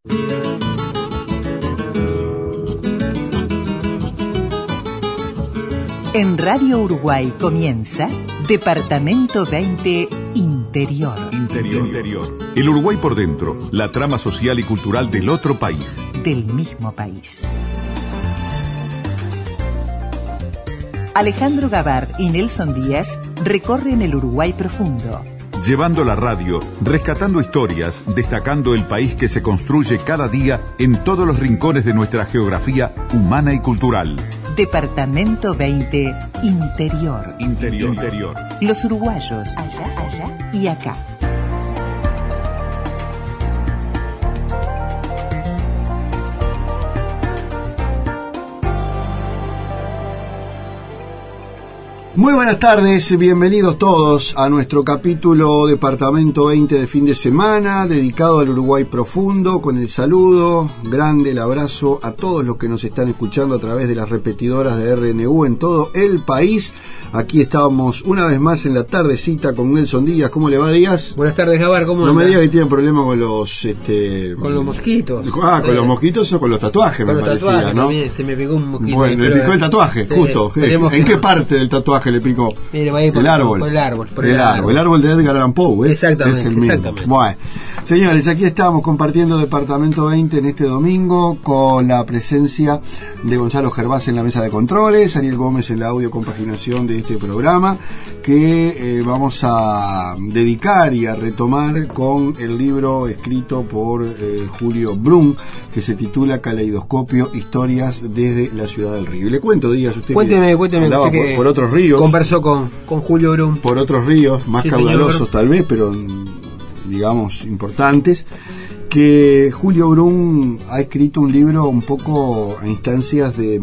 En Radio Uruguay comienza Departamento 20 Interior. Interior. El Uruguay por dentro, la trama social y cultural del otro país. Del mismo país. Alejandro Gabart y Nelson Díaz recorren el Uruguay profundo. Llevando la radio, rescatando historias, destacando el país que se construye cada día en todos los rincones de nuestra geografía humana y cultural. Departamento 20 Interior. Interior. Los uruguayos, allá y acá. Muy buenas tardes, bienvenidos todos a nuestro capítulo Departamento 20 de fin de semana, dedicado al Uruguay profundo, con el saludo grande, el abrazo a todos los que nos están escuchando a través de las repetidoras de RNU en todo el país. Aquí estábamos una vez más en la tardecita con Nelson Díaz. ¿Cómo le va, Díaz? Buenas tardes, Gabar, ¿cómo anda? No me diga que tienen problemas con los... Con los mosquitos. Con los mosquitos o con los tatuajes, con me los parecía, tatuajes, ¿no? También se me picó un mosquito. Bueno, le picó el tatuaje, sí, justo. ¿En qué parte del tatuaje le picó? Mire, va a ir por el árbol. Por el árbol. El árbol de Edgar Allan Poe, exactamente, es el mismo. Exactamente. Bueno, señores, aquí estamos compartiendo Departamento 20 en este domingo con la presencia de Gonzalo Gervás en la mesa de controles, Ariel Gómez en la audio compaginación de este programa, que vamos a dedicar y a retomar con el libro escrito por Julio Brum, que se titula Caleidoscopio, historias desde la ciudad del río. Y le cuento, Díaz, usted cuénteme andaba usted por otros ríos. Conversó con Julio Brum. Por otros ríos, más caudalosos señor. Tal vez, pero digamos importantes, que Julio Brum ha escrito un libro un poco a instancias de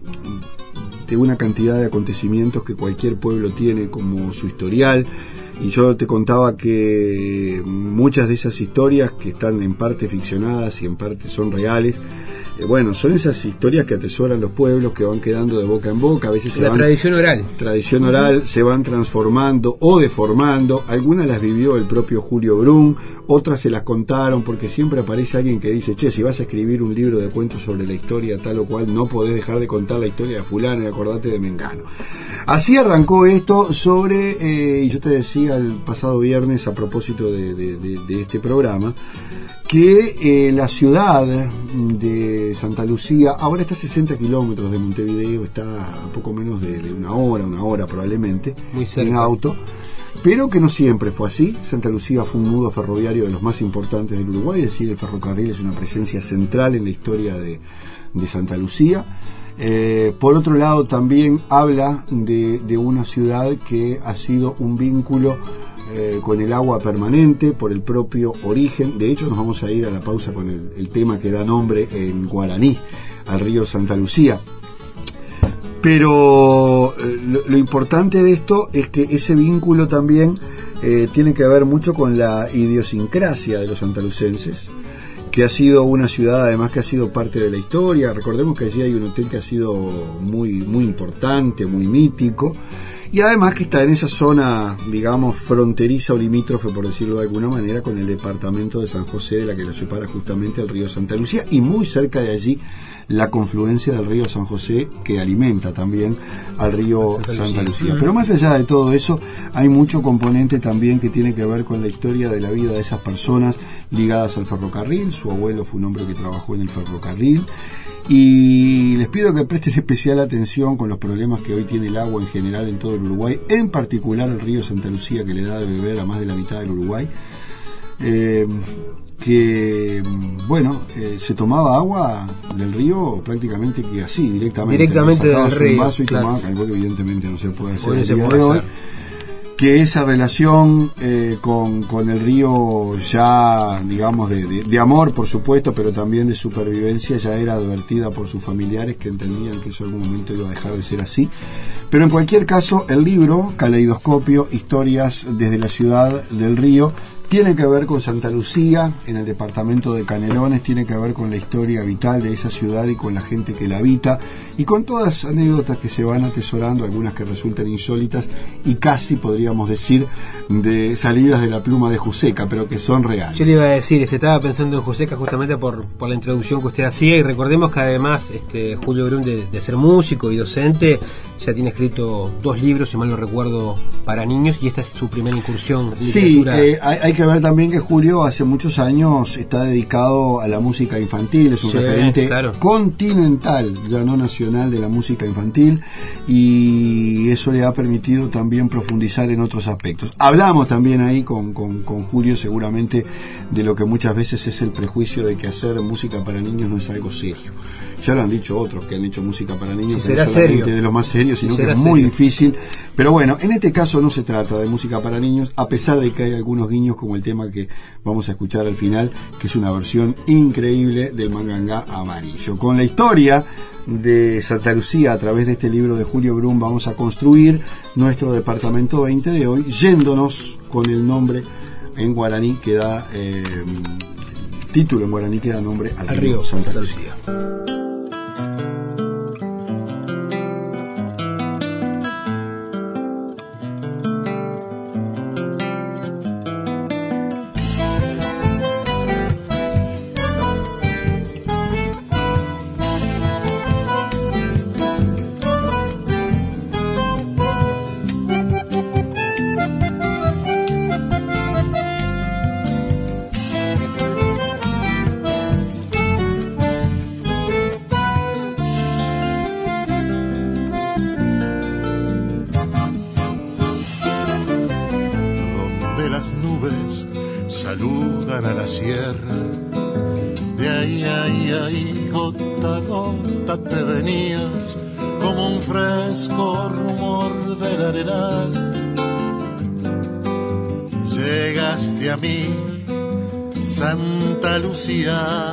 una cantidad de acontecimientos que cualquier pueblo tiene como su historial. Y yo te contaba que muchas de esas historias, que están en parte ficcionadas y en parte son reales, son esas historias que atesoran los pueblos, que van quedando de boca en boca. A veces tradición oral se van transformando o deformando. Algunas las vivió el propio Julio Brum, otras se las contaron, porque siempre aparece alguien que dice: che, si vas a escribir un libro de cuentos sobre la historia tal o cual, no podés dejar de contar la historia de fulano y acordate de Mengano. Así arrancó esto y yo te decía el pasado viernes a propósito de este programa, que la ciudad de Santa Lucía ahora está a 60 kilómetros de Montevideo, está a poco menos de una hora probablemente, muy cerca, en auto, pero que no siempre fue así. Santa Lucía fue un nudo ferroviario de los más importantes del Uruguay, es decir, el ferrocarril es una presencia central en la historia de Santa Lucía. Por otro lado, también habla de una ciudad que ha sido un vínculo con el agua permanente por el propio origen. De hecho, nos vamos a ir a la pausa con el tema que da nombre en guaraní al río Santa Lucía. Pero lo importante de esto es que ese vínculo también tiene que ver mucho con la idiosincrasia de los santalucenses, que ha sido una ciudad además que ha sido parte de la historia. Recordemos que allí hay un hotel que ha sido muy, muy importante, muy mítico, y además que está en esa zona, digamos, fronteriza o limítrofe, por decirlo de alguna manera, con el departamento de San José, de la que lo separa justamente el río Santa Lucía, y muy cerca de allí la confluencia del río San José, que alimenta también al río Santa Lucía. Pero más allá de todo eso, hay mucho componente también que tiene que ver con la historia de la vida de esas personas ligadas al ferrocarril. Su abuelo fue un hombre que trabajó en el ferrocarril, y les pido que presten especial atención con los problemas que hoy tiene el agua en general en todo el Uruguay, en particular el río Santa Lucía, que le da de beber a más de la mitad del Uruguay. Se tomaba agua del río prácticamente que así, directamente del río, un vaso y claro. tomaba, algo que evidentemente no se puede hacer Hoy el se día puede de hoy. hacer. Que esa relación con el río, ya digamos de amor, por supuesto, pero también de supervivencia, ya era advertida por sus familiares, que entendían que eso en algún momento iba a dejar de ser así. Pero en cualquier caso, el libro Caleidoscopio, historias desde la ciudad del río, tiene que ver con Santa Lucía, en el departamento de Canelones, tiene que ver con la historia vital de esa ciudad y con la gente que la habita, y con todas las anécdotas que se van atesorando, algunas que resultan insólitas y casi, podríamos decir, de salidas de la pluma de Juseca, pero que son reales. Yo le iba a decir, estaba pensando en Juseca justamente por la introducción que usted hacía, y recordemos que además Julio Brum, de ser músico y docente, ya tiene escrito 2 libros, si mal no recuerdo, para niños, y esta es su primera incursión en literatura. Sí, hay que ver también que Julio hace muchos años está dedicado a la música infantil, es un referente continental, ya no nacional, de la música infantil, y eso le ha permitido también profundizar en otros aspectos. Hablamos también ahí con Julio seguramente de lo que muchas veces es el prejuicio de que hacer música para niños no es algo serio. Ya lo han dicho otros que han hecho música para niños, si pero no solamente de lo más serio, sino que es muy difícil. Pero bueno, en este caso no se trata de música para niños, a pesar de que hay algunos guiños, como el tema que vamos a escuchar al final, que es una versión increíble del Mangangá Amarillo. Con la historia de Santa Lucía a través de este libro de Julio Brum vamos a construir nuestro departamento 20 de hoy, yéndonos con el nombre en guaraní que da título en guaraní que da nombre al río Santa Lucía. Saludan a la sierra, de ahí, gota a gota te venías, como un fresco rumor del arenal. Llegaste a mí, Santa Lucía,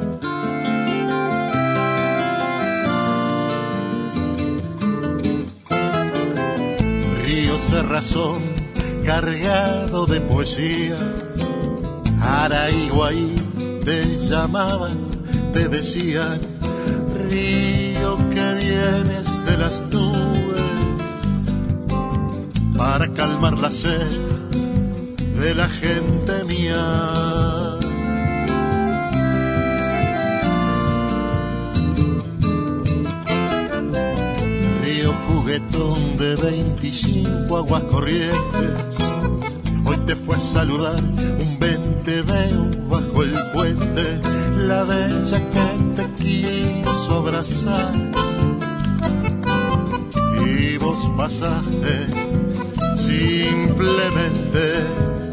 río Cerrazón, cargado de poesía. Araiguaí te llamaban, te decían, río que vienes de las nubes para calmar la sed de la gente mía. Río juguetón de 25 aguas corrientes, hoy te fue a saludar un te veo bajo el puente, la bella que te quiso abrazar, y vos pasaste simplemente.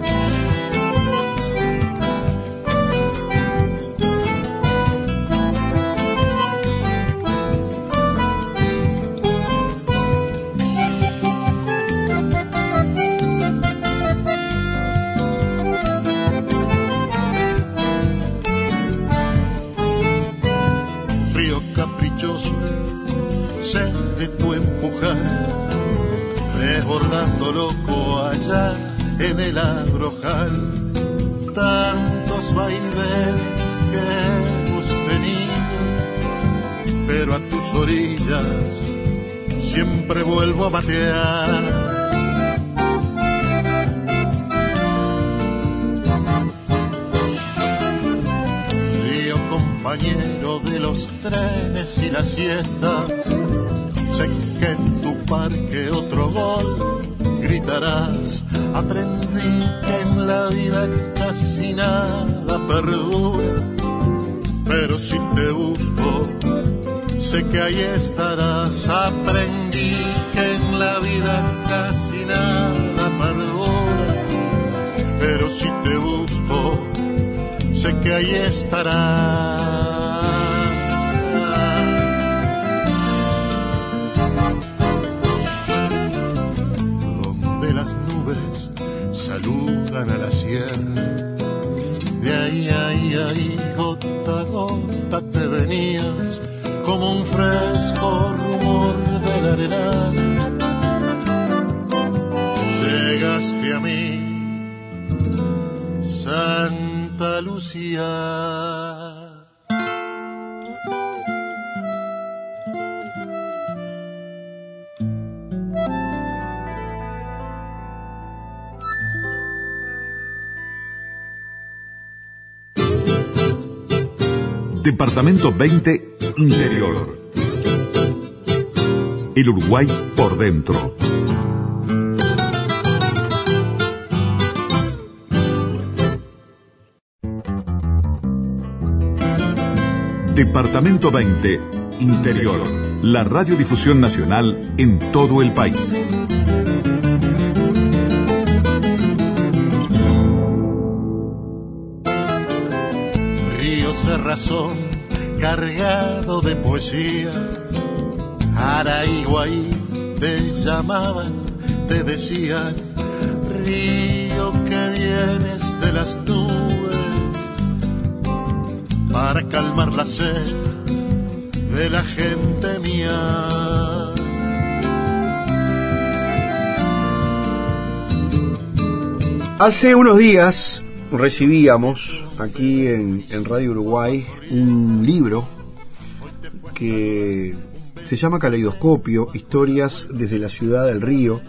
Sé de tu empujar, desbordando loco allá en el agrojal. Tantos vaivenes que hemos tenido, pero a tus orillas siempre vuelvo a matear. Compañero de los trenes y las siestas, sé que en tu parque otro gol gritarás. Aprendí que en la vida casi nada perdura, pero si te busco, sé que ahí estarás. Aprendí que en la vida casi nada perdura, pero si te busco, sé que ahí estará. Donde las nubes saludan a la sierra, de ahí, gota a gota te venías, como un fresco rumor del arenal. Llegaste a mí, Santa Lucía. Departamento 20, Interior. El Uruguay por dentro. Departamento 20, Interior. La radiodifusión nacional en todo el país. Razón cargado de poesía, Araiguaí te llamaban, te decían, río que vienes de las nubes para calmar la sed de la gente mía. Hace unos días recibíamos aquí en Radio Uruguay un libro que se llama Caleidoscopio, historias desde la ciudad del Río,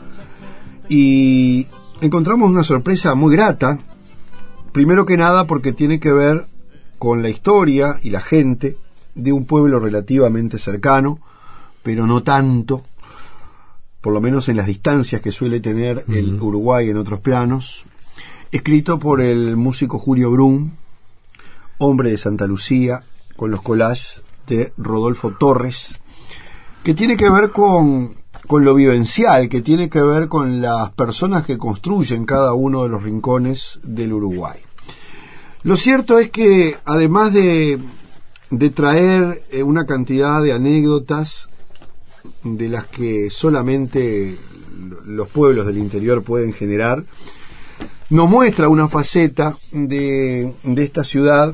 y encontramos una sorpresa muy grata, primero que nada porque tiene que ver con la historia y la gente de un pueblo relativamente cercano, pero no tanto, por lo menos en las distancias que suele tener el Uruguay en otros planos. Escrito por el músico Julio Brum, hombre de Santa Lucía, con los collages de Rodolfo Torres, que tiene que ver con lo vivencial, que tiene que ver con las personas que construyen cada uno de los rincones del Uruguay. Lo cierto es que, además de traer una cantidad de anécdotas de las que solamente los pueblos del interior pueden generar, nos muestra una faceta de esta ciudad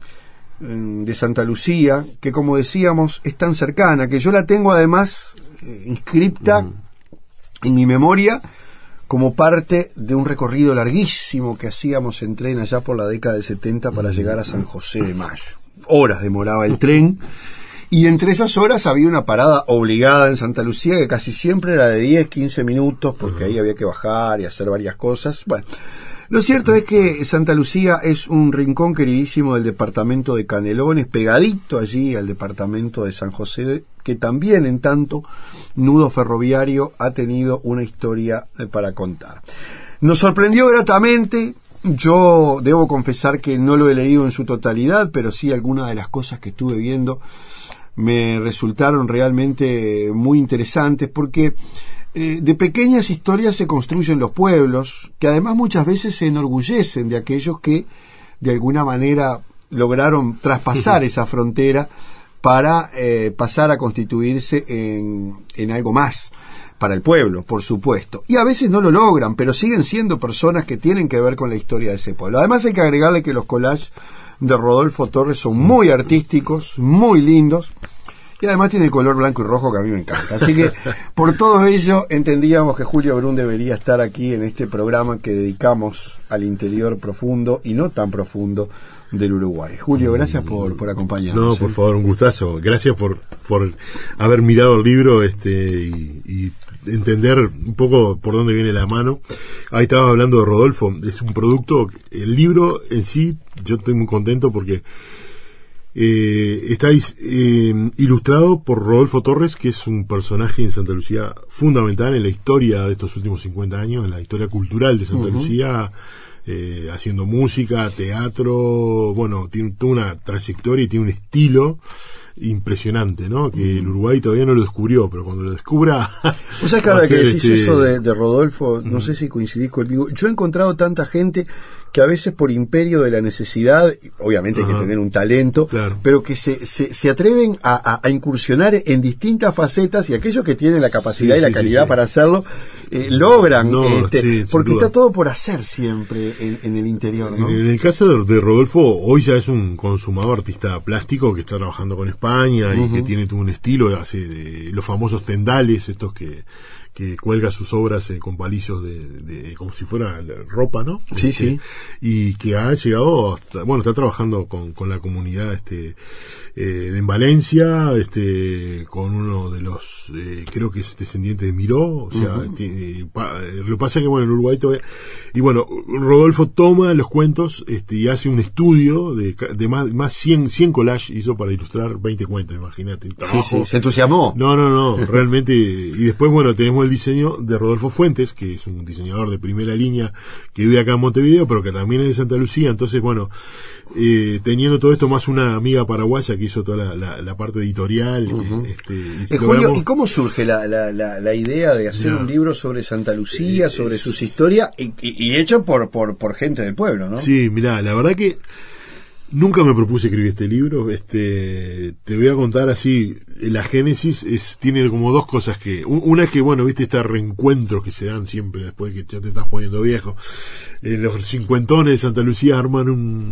de Santa Lucía, que, como decíamos, es tan cercana, que yo la tengo además inscripta en mi memoria como parte de un recorrido larguísimo que hacíamos en tren allá por la década del 70 para llegar a San José de Mayo. Horas demoraba el tren, y entre esas horas había una parada obligada en Santa Lucía que casi siempre era de 10, 15 minutos, porque ahí había que bajar y hacer varias cosas. Bueno, lo cierto es que Santa Lucía es un rincón queridísimo del departamento de Canelones, pegadito allí al departamento de San José, que también en tanto nudo ferroviario ha tenido una historia para contar. Nos sorprendió gratamente. Yo debo confesar que no lo he leído en su totalidad, pero sí algunas de las cosas que estuve viendo me resultaron realmente muy interesantes, porque de pequeñas historias se construyen los pueblos, que además muchas veces se enorgullecen de aquellos que de alguna manera lograron traspasar esa frontera para pasar a constituirse en algo más para el pueblo, por supuesto. Y a veces no lo logran, pero siguen siendo personas que tienen que ver con la historia de ese pueblo. Además hay que agregarle que los collages de Rodolfo Torres son muy artísticos, muy lindos, y además tiene color blanco y rojo que a mí me encanta. Así que por todo ello entendíamos que Julio Brum debería estar aquí en este programa que dedicamos al interior profundo y no tan profundo del Uruguay. Julio, gracias por acompañarnos. No, por favor, un gustazo. Gracias por haber mirado el libro y entender un poco por dónde viene la mano. Ahí estaba hablando de Rodolfo. Es un producto, el libro en sí, yo estoy muy contento porque está ilustrado por Rodolfo Torres, que es un personaje en Santa Lucía fundamental en la historia de estos últimos 50 años, en la historia cultural de Santa Lucía, haciendo música, teatro, bueno, tiene toda una trayectoria y tiene un estilo impresionante, ¿no? Que el Uruguay todavía no lo descubrió, pero cuando lo descubra... ¿Vos sabés que ahora que decís eso de Rodolfo, no sé si coincidís conmigo, yo he encontrado tanta gente que a veces por imperio de la necesidad, obviamente hay que tener un talento, claro, pero que se atreven a incursionar en distintas facetas, y aquellos que tienen la capacidad y la calidad para hacerlo, logran, porque está todo por hacer siempre en el interior, ¿no? En el caso de Rodolfo, hoy ya es un consumado artista plástico que está trabajando con España y que tiene todo un estilo, hace los famosos tendales, estos que que cuelga sus obras con palillos de como si fuera ropa, ¿no? Sí, sí. Y que ha llegado hasta, bueno, está trabajando con la comunidad en Valencia, con uno de los creo que es descendiente de Miró, o sea, lo que pasa es que bueno, en Uruguay todavía, y bueno, Rodolfo toma los cuentos y hace un estudio de más 100 collages hizo para ilustrar 20 cuentos, imagínate. Sí, se entusiasmó. No, realmente. Y después, bueno, tenemos el diseño de Rodolfo Fuentes, que es un diseñador de primera línea que vive acá en Montevideo, pero que también es de Santa Lucía. Entonces, bueno, teniendo todo esto más una amiga paraguaya que hizo toda la parte editorial. Julio, ¿y cómo surge la idea de hacer un libro sobre Santa Lucía, sobre sus historias, y hecho por gente del pueblo, ¿no? Sí, mirá, la verdad que nunca me propuse escribir este libro. Te voy a contar así, la génesis tiene como dos cosas que, una es que, bueno, viste estos reencuentros que se dan siempre después que ya te estás poniendo viejo. Los cincuentones de Santa Lucía arman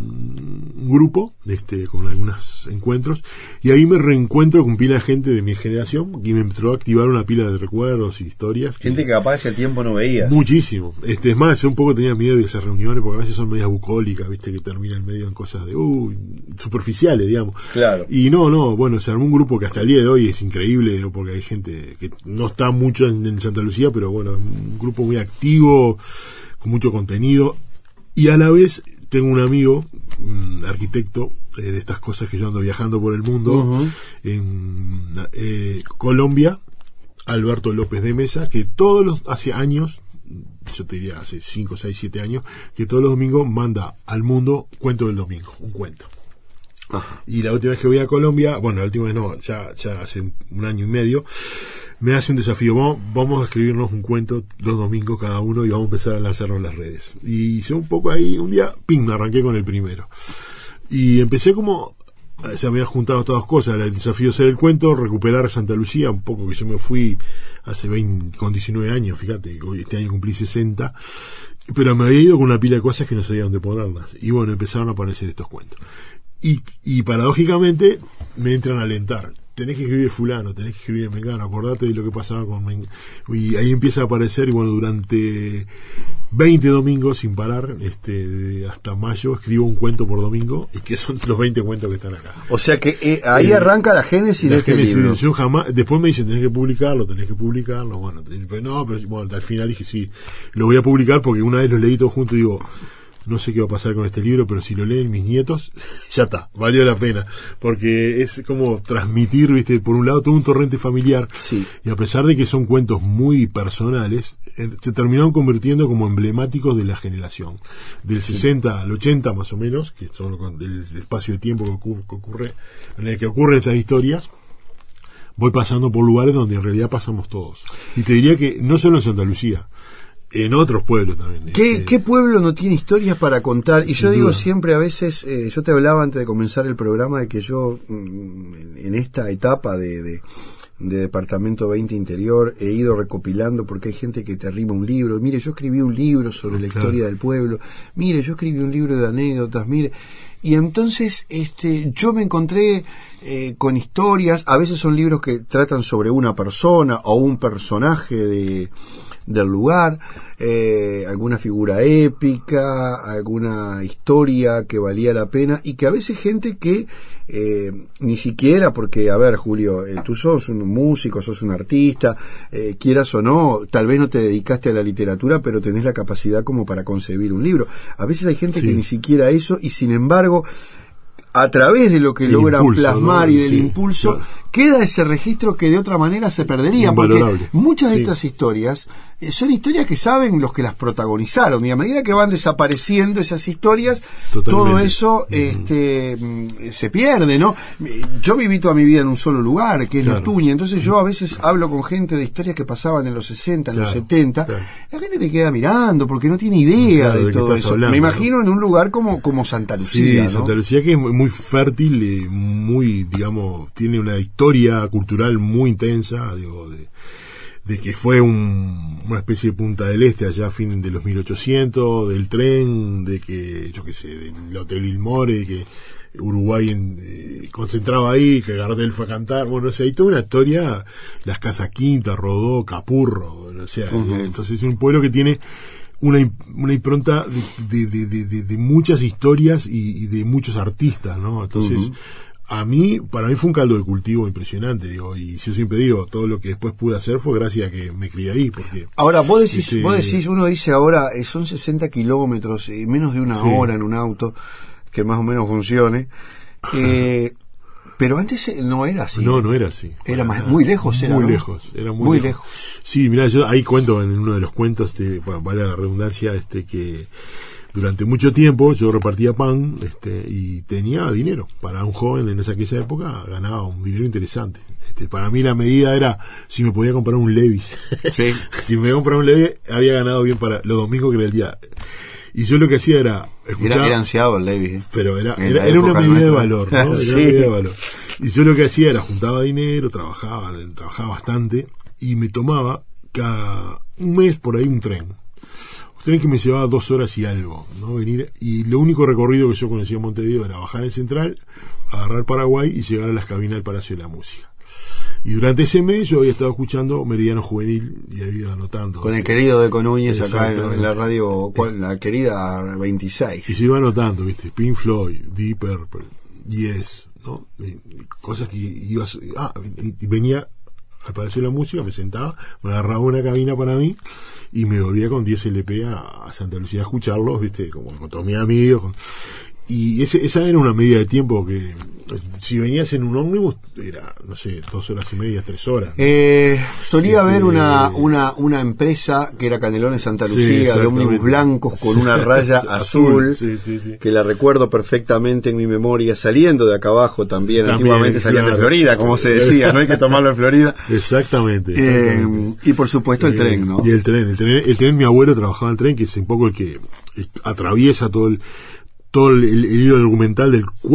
un grupo, con algunos encuentros, y ahí me reencuentro con pila de gente de mi generación, y me empezó a activar una pila de recuerdos y historias. Gente que capaz ese tiempo no veías. Muchísimo. Es más, yo un poco tenía miedo de esas reuniones, porque a veces son medias bucólicas, viste, que terminan medio en cosas de, superficiales, digamos. Claro. Y no, bueno, se armó un grupo que hasta el día de hoy es increíble, porque hay gente que no está mucho en Santa Lucía, pero bueno, un grupo muy activo, con mucho contenido, y a la vez tengo un amigo, un arquitecto, de estas cosas que yo ando viajando por el mundo, en Colombia, Alberto López de Mesa, que hace años, yo te diría hace 5, 6, 7 años, que todos los domingos manda al mundo Cuento del Domingo, un cuento. Ajá. Y la última vez que voy a Colombia, bueno, la última vez no, ya hace un año y medio, me hace un desafío, vamos a escribirnos un cuento 2 domingos cada uno y vamos a empezar a lanzarlo en las redes. Y hice un poco ahí, un día, me arranqué con el primero. Y empecé como, se me había juntado todas cosas, el desafío ser el cuento, recuperar Santa Lucía, un poco que yo me fui con 19 años, fíjate, este año cumplí 60, pero me había ido con una pila de cosas que no sabía dónde ponerlas. Y bueno, empezaron a aparecer estos cuentos. Y paradójicamente me entran a alentar. Tenés que escribir fulano, tenés que escribir mengano, acordate de lo que pasaba con mengano. Y ahí empieza a aparecer, y bueno, durante 20 domingos sin parar, hasta mayo, escribo un cuento por domingo, y que son los 20 cuentos que están acá. O sea que ahí arranca la génesis de este libro. Yo jamás, después me dicen, tenés que publicarlo, bueno, bueno, al final dije, sí, lo voy a publicar, porque una vez lo leí todo junto y digo, no sé qué va a pasar con este libro, pero si lo leen mis nietos, ya está, valió la pena, porque es como transmitir, viste, por un lado todo un torrente familiar, sí. Y a pesar de que son cuentos muy personales, se terminaron convirtiendo como emblemáticos de la generación, del 60 al 80 más o menos, que son el espacio de tiempo que ocurre, en el que ocurren estas historias. Voy pasando por lugares donde en realidad pasamos todos, y te diría que no solo en Santa Lucía, en otros pueblos también. ¿Qué pueblo no tiene historias para contar? Y yo digo siempre, a veces, yo te hablaba antes de comenzar el programa de que yo, en esta etapa de Departamento 20 Interior, he ido recopilando, porque hay gente que te arrima un libro. Mire, yo escribí un libro sobre la historia del pueblo. Mire, yo escribí un libro de anécdotas. Mire. Y entonces yo me encontré con historias. A veces son libros que tratan sobre una persona o un personaje del lugar, alguna figura épica, alguna historia que valía la pena, y que a veces gente que ni siquiera, porque a ver, Julio, tú sos un músico, sos un artista, quieras o no, tal vez no te dedicaste a la literatura, pero tenés la capacidad como para concebir un libro. A veces hay gente que ni siquiera eso, y sin embargo, a través de lo que logran plasmar, ¿no? Y del impulso, claro, queda ese registro que de otra manera se perdería, porque muchas de estas historias son historias que saben los que las protagonizaron, y a medida que van desapareciendo esas historias, todo eso se pierde, ¿no? Yo viví toda mi vida en un solo lugar, que es Lutuña, entonces yo a veces hablo con gente de historias que pasaban en los 60, en los 70, la gente te queda mirando porque no tiene idea de todo eso. Hablando, me imagino en un lugar como Santa Lucía, ¿no? Santa Lucía, que es muy fértil, muy, digamos, tiene una historia cultural muy intensa, digo, de que fue una especie de Punta del Este allá a fin de los 1800, del tren, de que, yo qué sé, del Hotel Ilmore, que Uruguay concentraba ahí, que Gardel fue a cantar, bueno, o sea, hay toda una historia, las Casas Quinta, Rodó, Capurro, o sea, entonces es un pueblo que tiene una impronta de muchas historias y de muchos artistas, ¿no? Entonces, para mí fue un caldo de cultivo impresionante, digo, y yo siempre digo, todo lo que después pude hacer fue gracias a que me crié ahí, porque... Ahora, vos decís, uno dice ahora, son 60 kilómetros, menos de una hora en un auto, que más o menos funcione, pero antes no era así. No era así. Era muy lejos, era, muy ¿no? lejos, era muy lejos. Sí, mirá, yo ahí cuento en uno de los cuentos, vale la redundancia, que durante mucho tiempo yo repartía pan, y tenía dinero. Para un joven en aquella época ganaba un dinero interesante. Para mí la medida era si me podía comprar un Levi's. Sí. Si me podía comprar un Levi's, había ganado bien para los domingos, que era el día. Y yo lo que hacía era escuchar, era ansiado el Levi's, pero era una medida de valor, ¿no? Sí. Era una medida de valor. Y yo lo que hacía era juntaba dinero, trabajaba bastante, y me tomaba cada un mes por ahí un tren que me llevaba 2 horas y algo, ¿no? Venir, y lo único recorrido que yo conocía en Montevideo era bajar en Central, agarrar Paraguay y llegar a las cabinas del Palacio de la Música. Y durante ese mes yo había estado escuchando Meridiano Juvenil y había ido anotando. Con el querido Deco Núñez acá en la radio, la querida 26. Y se iba anotando, ¿viste? Pink Floyd, Deep Purple, Yes, ¿no? Cosas que ibas... y venía al Palacio de la Música, me sentaba, me agarraba una cabina para mí y me volvía con 10 LP a Santa Lucía a escucharlos, ¿viste? Como con todos mis amigos. Y esa era una medida de tiempo que, si venías en un ómnibus, era, no sé, 2 horas y media, 3 horas, ¿no? Solía haber una empresa que era Canelones Santa Lucía, de ómnibus blancos con una raya azul, que la recuerdo perfectamente en mi memoria, saliendo de acá abajo también antiguamente salían de Florida, como se decía, no hay que tomarlo en Florida. Exactamente. Y por supuesto el tren, ¿no? Y el tren, mi abuelo trabajaba en el tren, que es un poco el que atraviesa todo el hilo argumental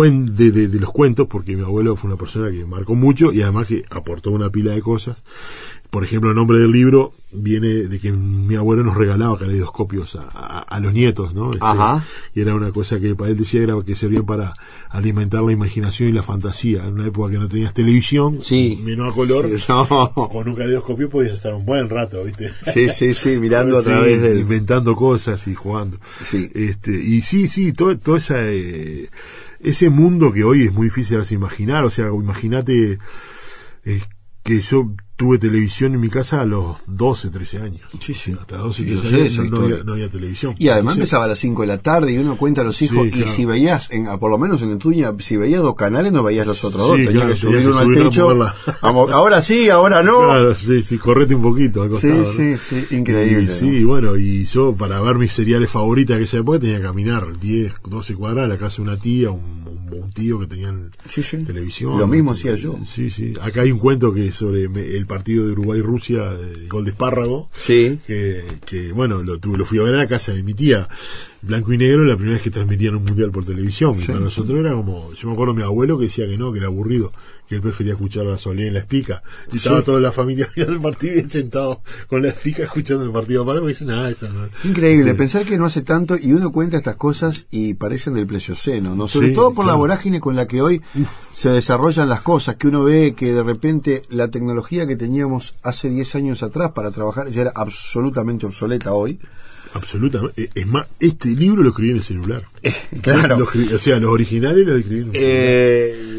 de los cuentos, porque mi abuelo fue una persona que marcó mucho y además que aportó una pila de cosas. Por ejemplo, el nombre del libro viene de que mi abuelo nos regalaba caleidoscopios a los nietos, ¿no? Y era una cosa que para él decía que servían para alimentar la imaginación y la fantasía. En una época que no tenías televisión, menos a color, con un caleidoscopio podías estar un buen rato, ¿viste? Sí, mirando a través del... inventando cosas y jugando. Sí. Y todo ese mundo que hoy es muy difícil de imaginar. O sea, imagínate que yo tuve televisión en mi casa a los 12, 13 años. Sí. Hasta los 12, 13 años no había televisión. Y además empezaba a las 5 de la tarde y uno cuenta a los hijos, y si veías, por lo menos en el Tuña, si veías 2 canales no veías los otros 2, tenías que subir uno al techo. Ahora sí, ahora no. Claro, sí, correte un poquito al costado. Sí, increíble. Sí, bueno, y yo para ver mis seriales favoritas de esa época tenía que caminar 10, 12 cuadras a la casa de una tía, un tío que tenían televisión. Lo mismo hacía yo. Sí. Acá hay un cuento que es sobre el partido de Uruguay-Rusia, el gol de Espárrago. Sí. Que bueno, lo fui a ver a la casa de mi tía. Blanco y negro, la primera vez que transmitían un mundial por televisión. Y para nosotros era como, yo me acuerdo de mi abuelo que decía que no, que era aburrido, que él prefería escuchar a la Soledad en la Espica. Y estaba toda la familia mirando el partido y sentado con la Espica escuchando el partido. Para mí dicen, eso no. Increíble, pensar que no hace tanto y uno cuenta estas cosas y parecen del Pleistoceno, ¿no? Sobre todo por la vorágine con la que hoy se desarrollan las cosas, que uno ve que de repente la tecnología que teníamos hace 10 años atrás para trabajar ya era absolutamente obsoleta hoy. Absolutamente. Es más, este libro lo escribí en el celular. Claro. O sea, los originales los escribí en el celular.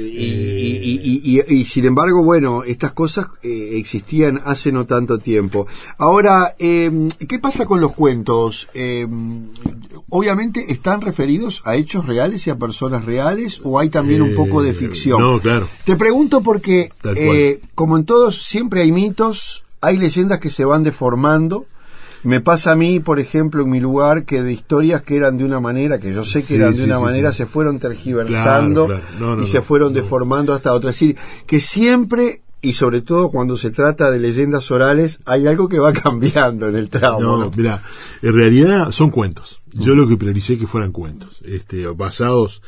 Y sin embargo, bueno, estas cosas existían hace no tanto tiempo. Ahora, ¿qué pasa con los cuentos? Obviamente están referidos a hechos reales y a personas reales, o hay también un poco de ficción. No, claro. Te pregunto porque, como en todos, siempre hay mitos, hay leyendas que se van deformando. Me pasa a mí, por ejemplo, en mi lugar, que de historias que eran de una manera, que yo sé que eran de una manera, se fueron tergiversando y se fueron deformando hasta otra. Es decir, que siempre, y sobre todo cuando se trata de leyendas orales, hay algo que va cambiando en el tramo. No, mira, en realidad son cuentos. Yo lo que prioricé que fueran cuentos, basados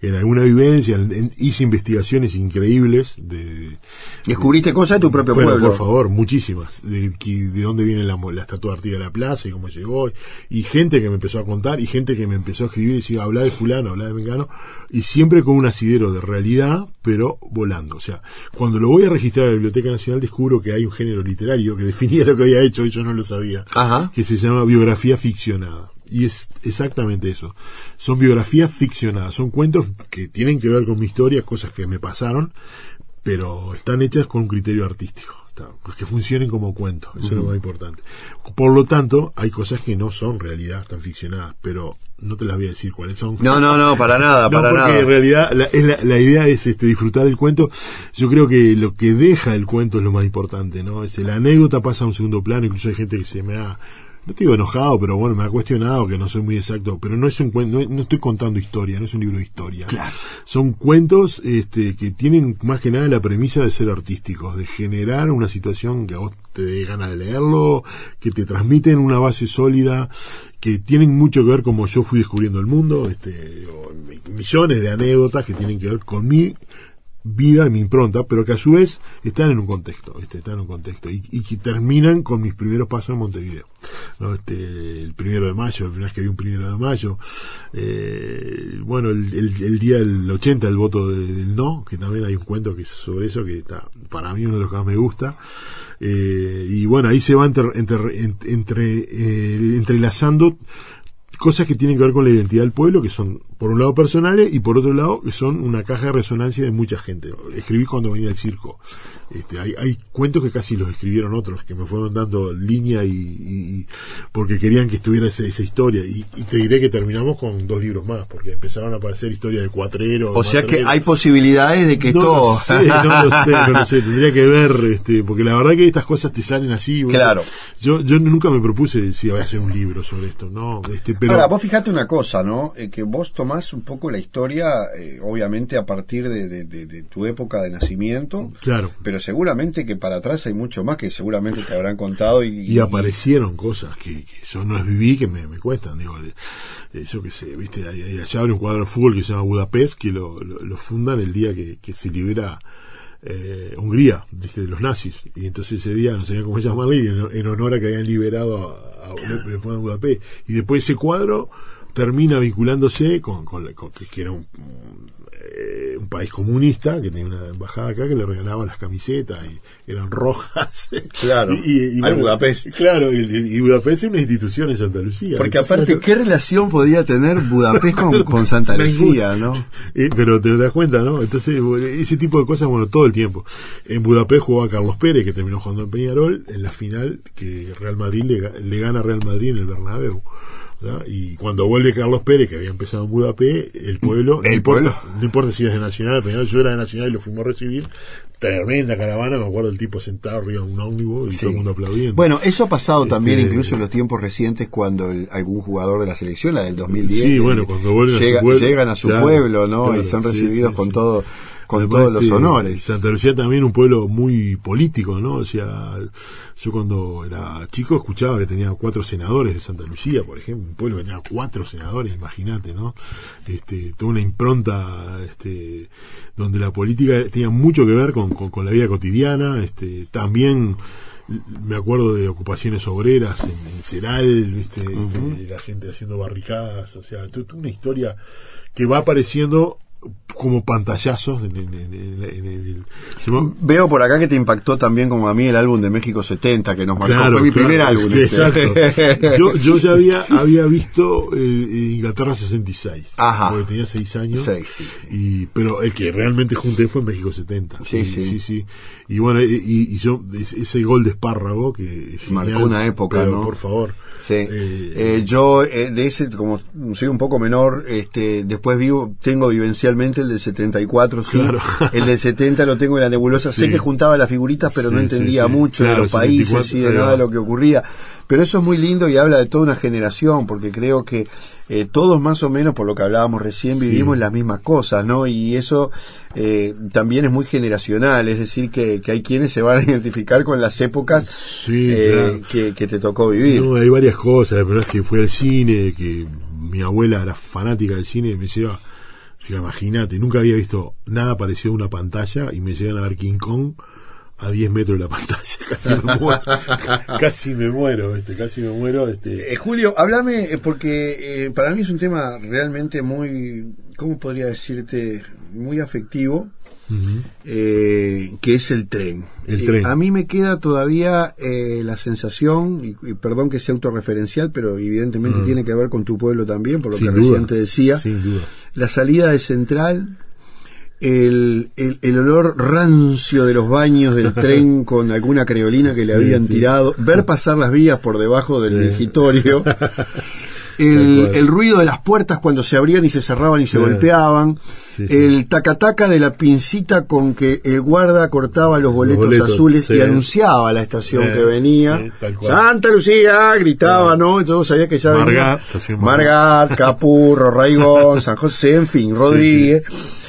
en alguna vivencia, hice investigaciones increíbles descubriste cosas de tu propio pueblo. Por favor, muchísimas, de dónde viene la estatua de Artigas de la Plaza y cómo llegó, y gente que me empezó a contar, y gente que me empezó a escribir y decía, habla de fulano, habla de mengano, y siempre con un asidero de realidad, pero volando. O sea, cuando lo voy a registrar a la Biblioteca Nacional, descubro que hay un género literario que definía lo que había hecho y yo no lo sabía. Ajá. Que se llama biografía ficcionada. Y es exactamente eso. Son biografías ficcionadas, son cuentos que tienen que ver con mi historia, cosas que me pasaron, pero están hechas con un criterio artístico, que funcionen como cuentos. Eso es lo más importante. Por lo tanto, hay cosas que no son realidad, están ficcionadas, pero no te las voy a decir cuáles son. No, para nada, no, porque nada. En realidad la idea es disfrutar el cuento. Yo creo que lo que deja el cuento es lo más importante, ¿no? La anécdota pasa a un segundo plano. Incluso hay gente que se me ha, no te digo enojado, pero bueno, me ha cuestionado que no soy muy exacto, pero no es un cuento, no estoy contando historia, no es un libro de historia. Claro. Son cuentos que tienen más que nada la premisa de ser artísticos, de generar una situación que a vos te dé ganas de leerlo, que te transmiten una base sólida, que tienen mucho que ver como yo fui descubriendo el mundo, millones de anécdotas que tienen que ver con mi vida y mi impronta, pero que a su vez están en un contexto, y que terminan con mis primeros pasos en Montevideo, ¿no? El 1 de mayo, la primera vez que vi un 1 de mayo, bueno, el día del 80, el voto del no, que también hay un cuento que es sobre eso, que está para mí uno de los que más me gusta, y bueno, ahí se va entrelazando cosas que tienen que ver con la identidad del pueblo, que son por un lado personales y por otro lado que son una caja de resonancia de mucha gente. Escribí cuando venía al circo. Hay cuentos que casi los escribieron otros, que me fueron dando línea y porque querían que estuviera esa historia. Y te diré que terminamos con 2 libros más, porque empezaron a aparecer historias de cuatreros. O sea que hay posibilidades de que no todo... No lo sé, tendría que ver, porque la verdad que estas cosas te salen así. Claro. Yo nunca me propuse si voy a hacer un libro sobre esto, ¿no? Pero... Ahora, vos fijate una cosa, ¿no? Que vos tomás un poco la historia, obviamente a partir de tu época de nacimiento. Claro. Pero seguramente que para atrás hay mucho más que seguramente te habrán contado. Y aparecieron cosas que yo no viví, que me cuestan, digo, yo qué sé, viste, allá abre un cuadro de fútbol que se llama Budapest, que lo fundan el día que se libera Hungría, ¿viste? De los nazis, y entonces ese día no sabían cómo llamarle, en honor a que habían liberado a Budapest, y después ese cuadro termina vinculándose con que era un país comunista que tenía una embajada acá que le regalaba las camisetas y eran rojas. Claro. y al Budapest. Claro, y Budapest es una institución en Santa Lucía. Porque aparte, ¿qué relación podía tener Budapest con Santa Lucía, no? Pero te das cuenta, ¿no? Entonces, ese tipo de cosas, bueno, todo el tiempo. En Budapest jugaba Carlos Pérez, que terminó jugando en Peñarol, en la final que Real Madrid le gana a Real Madrid en el Bernabéu. ¿No? Y cuando vuelve Carlos Pérez, que había empezado en Budapest, el pueblo, no importa si es de Nacional, yo era de Nacional y lo fuimos a recibir, tremenda caravana, me acuerdo el tipo sentado arriba de un ómnibus y todo el mundo aplaudiendo. Bueno, eso ha pasado también incluso en los tiempos recientes cuando algún jugador de la selección, la del 2010, sí, bueno, cuando vuelven llegan a su pueblo, ¿no? Claro, y son recibidos con todo. Con además, todos los honores. Santa Lucía también un pueblo muy político, ¿no? O sea, yo cuando era chico escuchaba que tenía 4 senadores de Santa Lucía, por ejemplo, un pueblo que tenía 4 senadores, imagínate, ¿no? Toda una impronta, donde la política tenía mucho que ver con la vida cotidiana, también me acuerdo de ocupaciones obreras en Ceral, ¿viste? La gente haciendo barricadas, o sea, toda una historia que va apareciendo como pantallazos en el... Veo por acá que te impactó también como a mí el álbum de México 70 que nos marcó, claro, fue mi primer álbum. Sí, exacto. yo ya había visto Inglaterra 66. Ajá. Porque tenía 6 años. 6, sí. Pero el que realmente junté fue en México 70. Sí. Y bueno, y yo ese gol de Espárrago que marcó una época, pero, ¿no? Por favor. Sí. Yo de ese, como soy un poco menor, después tengo vivencialmente el del 74, sí. Claro. El del 70 lo tengo en la nebulosa. Sí. Sé que juntaba las figuritas, pero no entendía mucho de los países y de nada de lo que ocurría. Pero eso es muy lindo y habla de toda una generación, porque creo que todos más o menos, por lo que hablábamos recién, vivimos las mismas cosas, ¿no? Y eso también es muy generacional, es decir, que hay quienes se van a identificar con las épocas claro. que te tocó vivir. No, hay varias cosas. La primera vez que fui al cine, que mi abuela era fanática del cine, me decía, Imagínate, nunca había visto nada parecido a una pantalla y me llegan a ver King Kong a 10 metros de la pantalla. Casi me muero. Julio, háblame, porque para mí es un tema realmente muy, ¿cómo podría decirte? Muy afectivo. Uh-huh. Que es el tren. A mí me queda todavía la sensación, y perdón que sea autorreferencial, pero evidentemente tiene que ver con tu pueblo también, por lo que recién te decía. Sin duda. La salida de Central, el olor rancio de los baños del tren con alguna creolina que le habían tirado, ver pasar las vías por debajo del mingitorio. El ruido de las puertas cuando se abrían y se cerraban y se golpeaban, el tacataca de la pincita con que el guarda cortaba los boletos azules y anunciaba la estación que venía, Santa Lucía, gritaba, ¿no? Y todos sabían que ya venía Margat, Capurro, Raigón, San José, en fin, Rodríguez.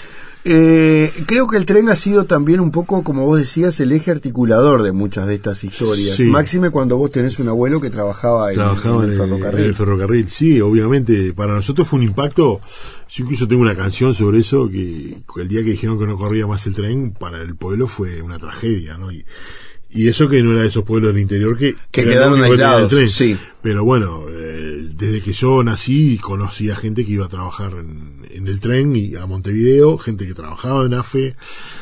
Creo que el tren ha sido también un poco, como vos decías, el eje articulador de muchas de estas historias. Máxime cuando vos tenés un abuelo que trabajaba en el ferrocarril. En el ferrocarril, sí, obviamente. Para nosotros fue un impacto. Yo incluso tengo una canción sobre eso, que el día que dijeron que no corría más el tren, para el pueblo fue una tragedia, ¿no? Y eso que no era de esos pueblos del interior que quedaron aislados, sí. Pero bueno, desde que yo nací conocí a gente que iba a trabajar en el tren y a Montevideo, gente que trabajaba en AFE,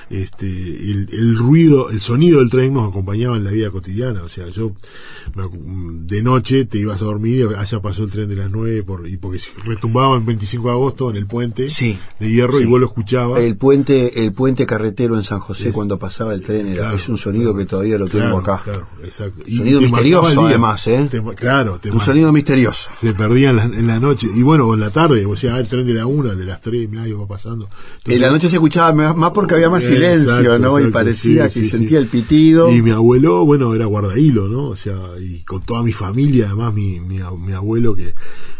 el ruido, el sonido del tren nos acompañaba en la vida cotidiana. O sea, yo de noche te ibas a dormir y allá pasó el tren de las 9 porque retumbaba en 25 de agosto en el puente de hierro y vos lo escuchabas. El puente carretero en San José cuando pasaba el tren es un sonido que todavía lo tengo acá. Claro, exacto. Sonido misterioso además, un sonido misterioso. Se perdía en la noche y bueno, en la tarde, o sea, el tren de la 1, de las 3, mirá, iba pasando. Entonces, en la noche se escuchaba más porque había más silencio, ¿no? Y parecía que sentía el pitido. Y mi abuelo, bueno, era guardahilo, ¿no? O sea, y con toda mi familia, además mi abuelo que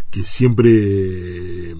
siempre,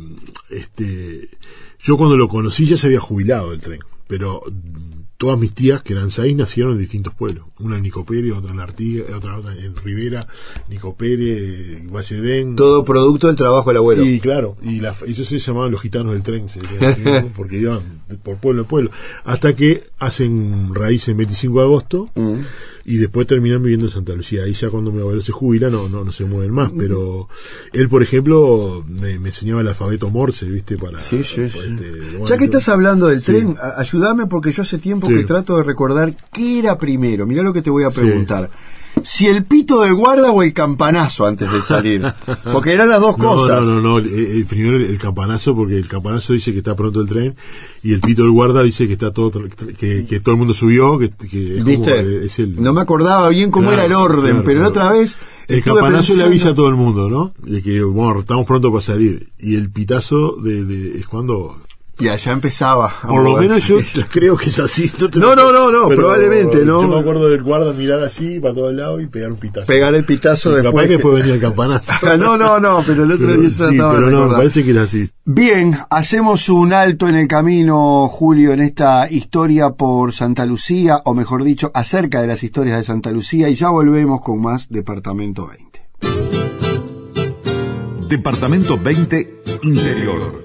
yo cuando lo conocí ya se había jubilado del tren, pero todas mis tías, que eran 6, nacieron en distintos pueblos. Una en Nicopere, otra en Artigas, otra en Rivera, Nicopere, Guayedén. Todo producto del trabajo del abuelo. Y claro, ellos se llamaban los gitanos del tren, porque iban por pueblo en pueblo. Hasta que hacen raíz en 25 de agosto y después terminan viviendo en Santa Lucía. Ahí ya cuando mi abuelo se jubila no se mueven más. Pero él, por ejemplo, me enseñaba el alfabeto Morse, ¿viste? Bueno, ya que estás hablando del tren, ayúdame porque yo hace tiempo que trato de recordar qué era primero. Mirá lo que te voy a preguntar. Si el pito del guarda o el campanazo antes de salir, porque eran las dos cosas. No, primero el campanazo, porque el campanazo dice que está pronto el tren y el pito del guarda dice que está todo que todo el mundo subió, que ¿viste? No me acordaba bien cómo era el orden, pero la otra vez el campanazo le avisa a todo el mundo, ¿no? De que bueno, estamos pronto para salir, y el pitazo es cuando y allá empezaba. Por lo menos yo creo que es así. No, probablemente no. Yo me acuerdo del guarda mirar así para todos lados y pegar un pitazo. Pegar el pitazo después. Capaz que después venía el campanazo. No, pero el otro día se trataba de recordar. Me parece que era así. Bien, hacemos un alto en el camino, Julio, en esta historia por Santa Lucía, o mejor dicho, acerca de las historias de Santa Lucía, y ya volvemos con más Departamento 20. Departamento 20 Interior.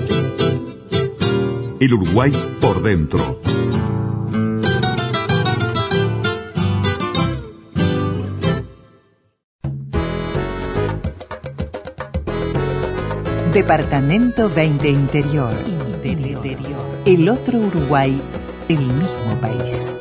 El Uruguay por dentro. Departamento 20 Interior. El otro Uruguay, el mismo país.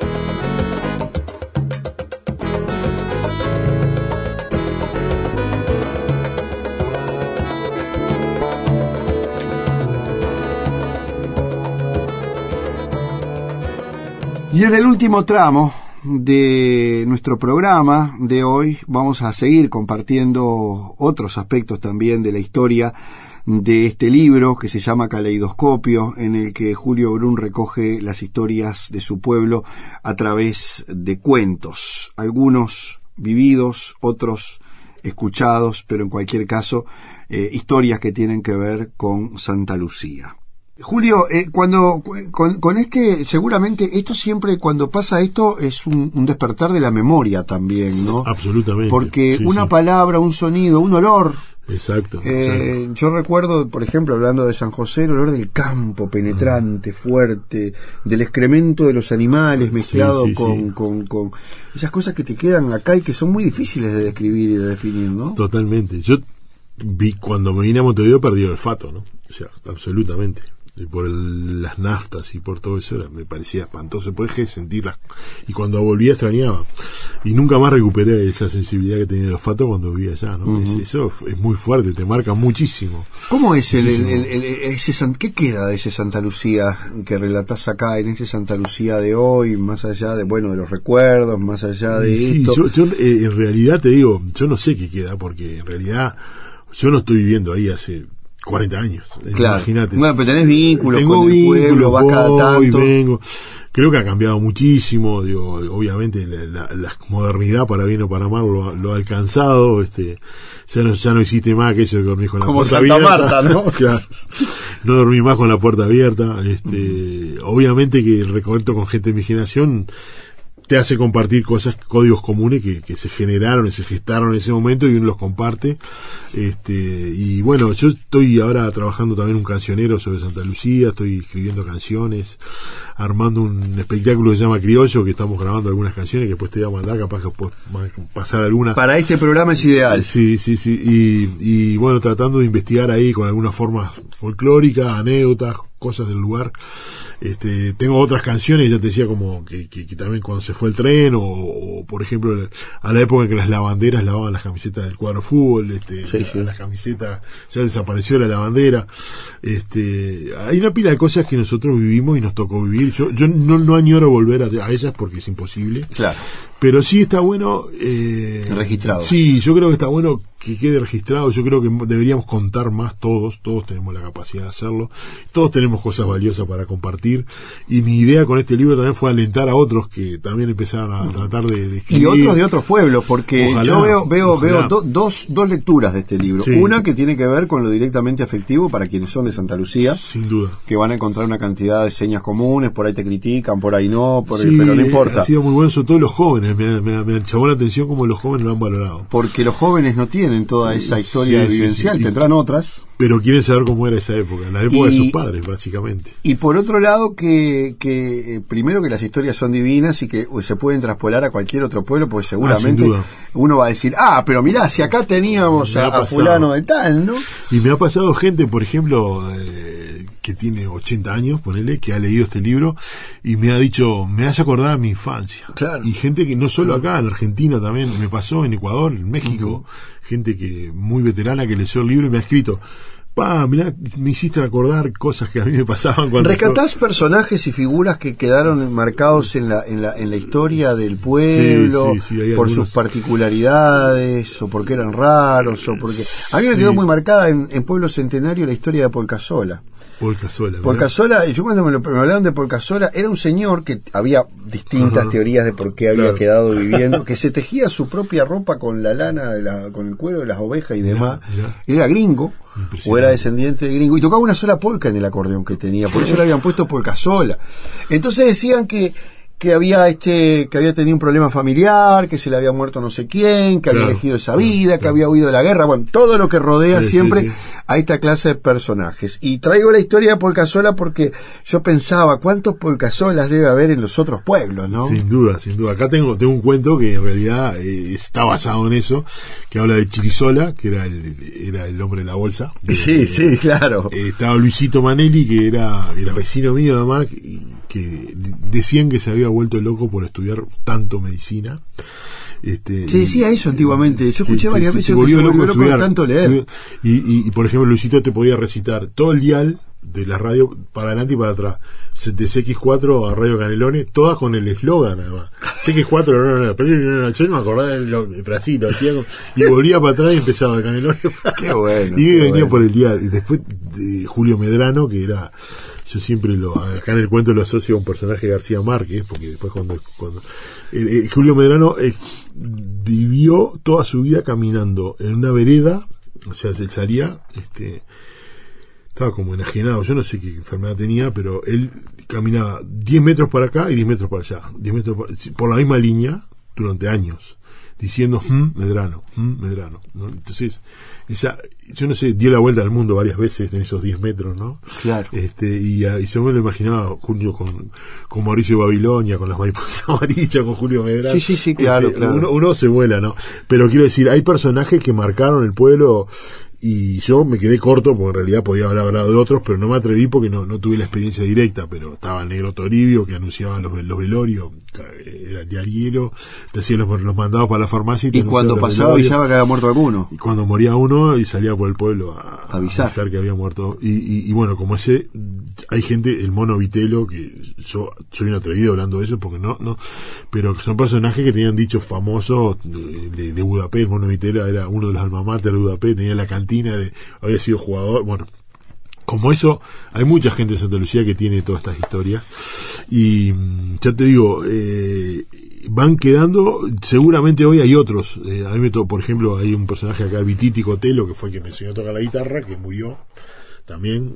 Y en el último tramo de nuestro programa de hoy vamos a seguir compartiendo otros aspectos también de la historia de este libro que se llama Caleidoscopio, en el que Julio Brun recoge las historias de su pueblo a través de cuentos, algunos vividos, otros escuchados, pero en cualquier caso historias que tienen que ver con Santa Lucía. Julio, con es que seguramente esto siempre, cuando pasa esto, es un despertar de la memoria también, ¿no? Absolutamente. Porque una palabra, un sonido, un olor, Exacto. Yo recuerdo, por ejemplo, hablando de San José, el olor del campo penetrante, fuerte, del excremento de los animales mezclado con esas cosas que te quedan acá y que son muy difíciles de describir y de definir, ¿no? Totalmente. Yo vi, cuando me vine a Montevideo, perdí el olfato, ¿no? O sea, absolutamente. Y por las naftas y por todo eso me parecía espantoso, pues dejé de sentirlas, y cuando volví extrañaba, y nunca más recuperé esa sensibilidad que tenía el olfato cuando vivía allá, ¿no? Eso es muy fuerte, te marca muchísimo. ¿Cómo es qué queda de ese Santa Lucía que relatás acá, en ese Santa Lucía de hoy, más allá de, bueno, de los recuerdos, más allá de esto? Yo en realidad te digo, yo no sé qué queda, porque en realidad yo no estoy viviendo ahí hace 40 años, claro. Imagínate. Bueno, pero tenés vínculos con el pueblo, vas cada tanto. Vengo. Creo que ha cambiado muchísimo, digo, obviamente la modernidad, para bien o para mal, lo ha alcanzado, ya no existe más aquello de dormir con la puerta abierta. Como Santa Marta, ¿no? Claro. No dormir más con la puerta abierta, obviamente que el recorrido con gente de mi generación te hace compartir cosas, códigos comunes que se generaron y se gestaron en ese momento, y uno los comparte. Y bueno, yo estoy ahora trabajando también un cancionero sobre Santa Lucía, estoy escribiendo canciones, armando un espectáculo que se llama Criollo, que estamos grabando algunas canciones que después te voy a mandar, capaz que puedes pasar algunas. Para este programa es ideal. Sí. Y bueno, tratando de investigar ahí con algunas formas folclóricas, anécdotas, cosas del lugar. Tengo otras canciones, ya te decía, como que también cuando se fue el tren, o por ejemplo a la época en que las lavanderas lavaban las camisetas del cuadro fútbol, las camisetas, ya desapareció la lavandera. Hay una pila de cosas que nosotros vivimos y nos tocó vivir. Yo no añoro volver a ellas porque es imposible. Claro. Pero sí está bueno registrado. Sí, yo creo que está bueno que quede registrado. Yo creo que deberíamos contar más todos tenemos la capacidad de hacerlo, todos tenemos cosas valiosas para compartir, y mi idea con este libro también fue alentar a otros que también empezaron a tratar de escribir. Y otros de otros pueblos, porque ojalá, yo veo dos lecturas de este libro. Sí. Una que tiene que ver con lo directamente afectivo para quienes son de Santa Lucía, sin duda, que van a encontrar una cantidad de señas comunes, por ahí te critican, por ahí no, pero no importa. Ha sido muy bueno, sobre todo los jóvenes. Me llamó la atención cómo los jóvenes lo han valorado. Porque los jóvenes no tienen toda esa historia vivencial, tendrán otras. Pero quieren saber cómo era esa época, la época de sus padres, básicamente. Y por otro lado, que primero que las historias son divinas y que se pueden traspolar a cualquier otro pueblo, porque seguramente uno va a decir, pero mirá, si acá teníamos a fulano de tal, ¿no? Y me ha pasado gente, por ejemplo, que tiene 80 años, ponele, que ha leído este libro y me ha dicho, me hace acordar a mi infancia. Claro. Y gente que no solo acá, en Argentina también, me pasó en Ecuador, en México, gente que muy veterana que leyó el libro y me ha escrito, mirá, me hiciste recordar cosas que a mí me pasaban cuando... ¿Rescatás personajes y figuras que quedaron marcados en la historia del pueblo, por sus particularidades, o porque eran raros, o porque... A mí me quedó muy marcada en Pueblo Centenario la historia de Paul Casola. Paul Casola, yo cuando me hablaron de Paul Casola, era un señor que había distintas teorías de por qué había quedado viviendo, que se tejía su propia ropa con la lana, con el cuero de las ovejas y demás. Era gringo, o era descendiente de gringo, y tocaba una sola polka en el acordeón que tenía, por eso le habían puesto Paul Casola. Entonces decían que había tenido un problema familiar, que se le había muerto no sé quién, que había elegido esa vida, que había huido de la guerra, bueno, todo lo que rodea siempre a esta clase de personajes. Y traigo la historia de Paul Casola porque yo pensaba, ¿cuántos Paul Casolas debe haber en los otros pueblos, no? Sin duda. Acá tengo un cuento que en realidad está basado en eso, que habla de Chirisola, que era el hombre de la bolsa. Sí, claro. Estaba Luisito Manelli, que era vecino mío además, que decían que se había vuelto loco por estudiar tanto medicina. Se decía eso antiguamente. Yo escuché varias veces que se volvió loco de tanto leer. Y por ejemplo, Luisito te podía recitar todo el dial de la radio para adelante y para atrás, de CX4 a Radio Canelones, todas con el eslogan además. CX4, pero yo no me acordaba de Brasilo, y volvía para atrás y empezaba el Canelones. Qué bueno. Y venía por el dial. Y después de Julio Medrano, que era... Yo siempre acá en el cuento lo asocio a un personaje de García Márquez, porque después cuando Julio Medrano vivió toda su vida caminando en una vereda, o sea, él salía, estaba como enajenado, yo no sé qué enfermedad tenía, pero él caminaba 10 metros para acá y 10 metros para allá, 10 metros por la misma línea durante años. diciendo Medrano, ¿no? Entonces yo no sé, dio la vuelta al mundo varias veces en esos 10 metros, ¿no? Claro. Y según lo imaginaba Julio con Mauricio Babilonia, con las mariposas amarillas, con Julio Medrano. Sí, claro. Uno se vuela, ¿no? Pero quiero decir, hay personajes que marcaron el pueblo. Y yo me quedé corto porque en realidad podía haber hablado de otros, pero no me atreví porque no tuve la experiencia directa. Pero estaba el negro Toribio que anunciaba los velorios, era el diariero, te hacía los mandados para la farmacia y cuando pasaba avisaba que había muerto alguno. Y cuando moría uno y salía por el pueblo a avisar que había muerto. Y bueno, como ese, hay gente, el Mono Vitelo, que yo soy un atrevido hablando de eso porque no, pero que son personajes que tenían dichos famosos de Budapest. El Mono Vitelo era uno de los alma mater de Budapest, tenía la cantina, había sido jugador, bueno, como eso hay mucha gente de Santa Lucía que tiene todas estas historias y ya te digo, van quedando, seguramente hoy hay otros, a mí me tocó, por ejemplo, hay un personaje acá, Vititi Cotelo, que fue el que me enseñó a tocar la guitarra, que murió también,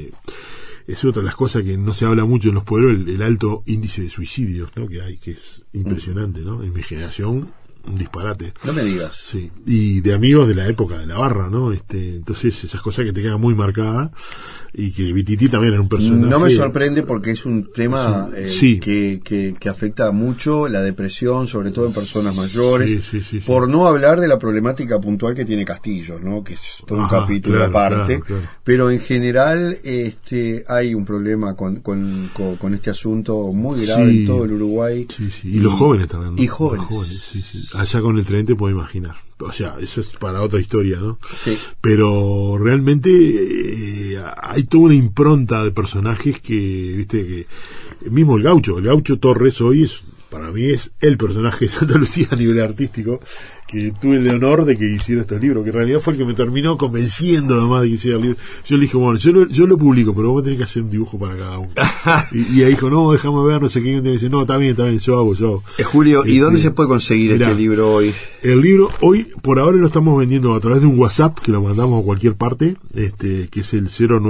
es otra de las cosas que no se habla mucho en los pueblos, el alto índice de suicidios, ¿no? Que hay, que es impresionante, ¿no? En mi generación, un disparate. No me digas. Sí, y de amigos de la época de la barra, ¿no? Entonces esas cosas que te quedan muy marcadas y que Vititi también era un personaje. No me sorprende porque es un tema sí. que afecta mucho la depresión, sobre todo en personas mayores, sí. por no hablar de la problemática puntual que tiene Castillos, ¿no? Que es todo un capítulo aparte, claro. Pero en general hay un problema con este asunto muy grave en todo el Uruguay. Sí. Y los jóvenes también, ¿no? Y jóvenes. Sí. Allá con el tren te puedo imaginar. O sea, eso es para otra historia, ¿no? Sí. Pero realmente hay toda una impronta de personajes que, viste, que mismo el Gaucho Torres hoy para mí es el personaje de Santa Lucía a nivel artístico, que tuve el honor de que hiciera este libro, que en realidad fue el que me terminó convenciendo además de que hiciera el libro. Yo le dije, bueno, yo lo publico, pero vos tenés que hacer un dibujo para cada uno. y ahí dijo, no, déjame ver, no sé qué, y dice, no, está bien, yo hago. Julio, ¿y dónde se puede conseguir este libro hoy? El libro hoy, por ahora lo estamos vendiendo a través de un WhatsApp, que lo mandamos a cualquier parte, que es el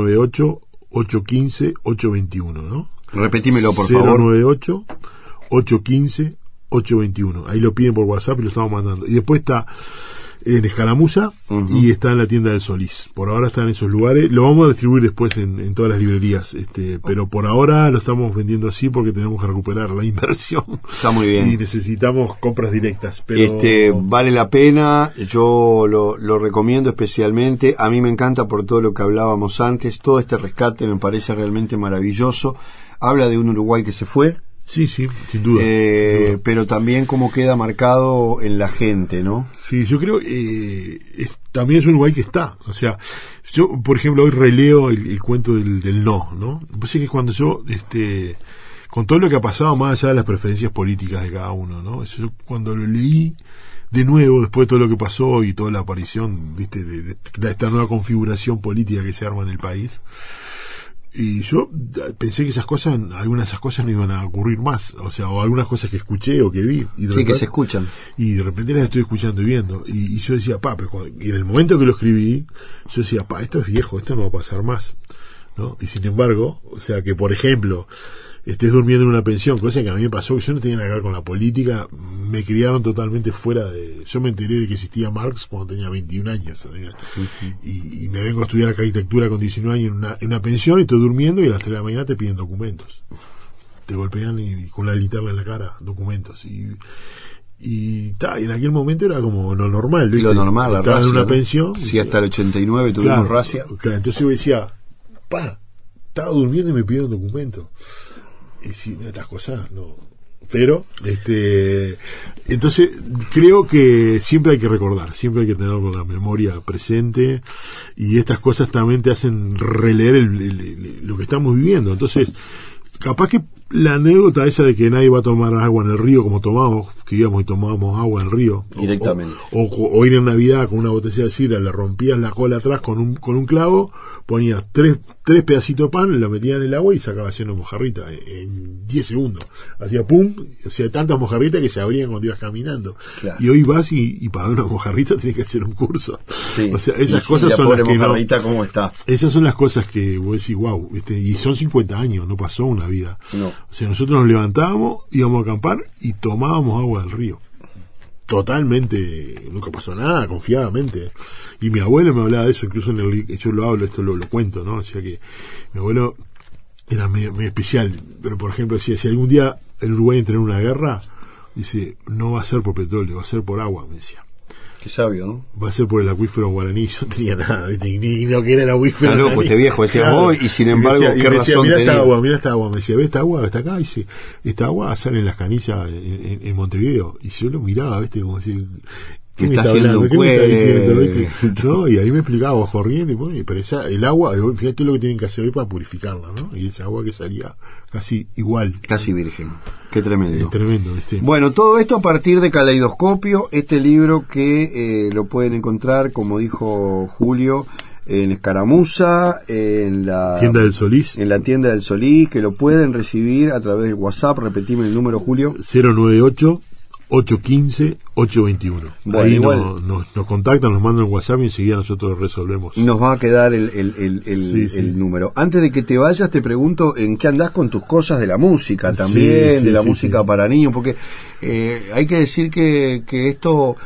098-815-821, ¿no? Repetímelo, por favor. 098-815-821. Ahí lo piden por WhatsApp y lo estamos mandando. Y después está en Escaramuza y está en la tienda del Solís. Por ahora está en esos lugares. Lo vamos a distribuir después en todas las librerías. Pero por ahora lo estamos vendiendo así porque tenemos que recuperar la inversión. Está muy bien. Y necesitamos compras directas. Pero vale la pena. Yo lo recomiendo especialmente. A mí me encanta por todo lo que hablábamos antes. Todo este rescate me parece realmente maravilloso. Habla de un Uruguay que se fue. Sí, sin duda. Pero también cómo queda marcado en la gente, ¿no? Sí, yo creo también es un Uruguay que está. O sea, yo, por ejemplo, hoy releo el cuento del ¿no? Pues es que cuando yo, con todo lo que ha pasado, más allá de las preferencias políticas de cada uno, ¿no? Eso, yo cuando lo leí de nuevo, después de todo lo que pasó y toda la aparición, ¿viste? de esta nueva configuración política que se arma en el país, y yo pensé que algunas de esas cosas no iban a ocurrir más, o sea, o algunas cosas que escuché o que vi. Sí, que se escuchan. Y de repente las estoy escuchando y viendo. Y yo decía, y en el momento que lo escribí, yo decía, esto es viejo, esto no va a pasar más, ¿no? Y sin embargo, o sea, que por ejemplo, estés durmiendo en una pensión, cosa que a mí me pasó, que yo no tenía nada que ver con la política, me criaron totalmente fuera yo me enteré de que existía Marx cuando tenía 21 años, y me vengo a estudiar arquitectura con 19 años en una pensión, y estoy durmiendo y a las 3 de la mañana te piden documentos, te golpean y con la linterna en la cara, documentos, y en aquel momento era como lo normal, ¿viste? Lo normal, la estaba racia, en una ¿no? pensión. Sí, hasta el 89 tuvimos racia. Claro, entonces yo decía, estaba durmiendo y me pidieron documentos. Y si estas cosas no, pero entonces creo que siempre hay que recordar, siempre hay que tener la memoria presente, y estas cosas también te hacen releer lo que estamos viviendo. Entonces capaz que la anécdota esa de que nadie va a tomar agua en el río como tomamos, que íbamos y tomábamos agua en el río directamente, o ir en Navidad con una botella de sidra, le rompías la cola atrás con un clavo, ponías tres pedacitos de pan, lo metías en el agua y sacabas una mojarrita en 10 segundos, hacía pum, o sea, tantas mojarritas que se abrían cuando ibas caminando. Claro. Y hoy vas y para una mojarrita tienes que hacer un curso. Sí. O sea, esas cosas son las que mojarrita, ¿cómo está? Esas son las cosas que vos decís, wow, y son 50 años, no pasó una vida. No. O sea, nosotros nos levantábamos, íbamos a acampar y tomábamos agua del río. totalmente, nunca pasó nada, confiadamente. Y mi abuelo me hablaba de eso, incluso yo lo hablo, esto lo cuento, ¿no? O sea que mi abuelo era medio especial, pero por ejemplo decía, si algún día el Uruguay entra en una guerra, dice, no va a ser por petróleo, va a ser por agua, me decía. Qué sabio, ¿no? Va a ser por el acuífero guaraní. Yo no tenía nada, ni lo que era el acuífero. Ah, loco, este viejo decía, claro. y sin embargo, ¿qué razón mira tenía? esta agua, me decía, ¿ves esta agua? Está acá, dice, esta agua sale en las canillas en Montevideo. Y yo lo miraba, ¿viste? Como decir, ¿qué me está hablando? ¿Qué me está diciendo? ¿Viste? No, y ahí me explicaba, bajo corriente, pero el agua, fíjate lo que tienen que hacer hoy para purificarla, ¿no? Y esa agua que salía casi igual. Casi virgen. Qué tremendo. Es tremendo, ¿viste? Bueno, todo esto a partir de Caleidoscopio, este libro que lo pueden encontrar, como dijo Julio, en Escaramuza, en la tienda del Solís. En la tienda del Solís, que lo pueden recibir a través de WhatsApp. Repetime el número, Julio. 098-815-821. Bueno, ahí igual, nos contactan, nos mandan un WhatsApp y enseguida nosotros resolvemos. Nos va a quedar el número. Antes de que te vayas, te pregunto en qué andás con tus cosas de la música también, de la música para niños, porque hay que decir que esto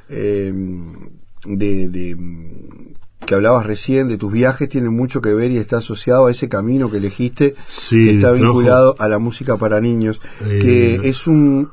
que hablabas recién de tus viajes tiene mucho que ver y está asociado a ese camino que elegiste, que está vinculado a la música para niños, que es un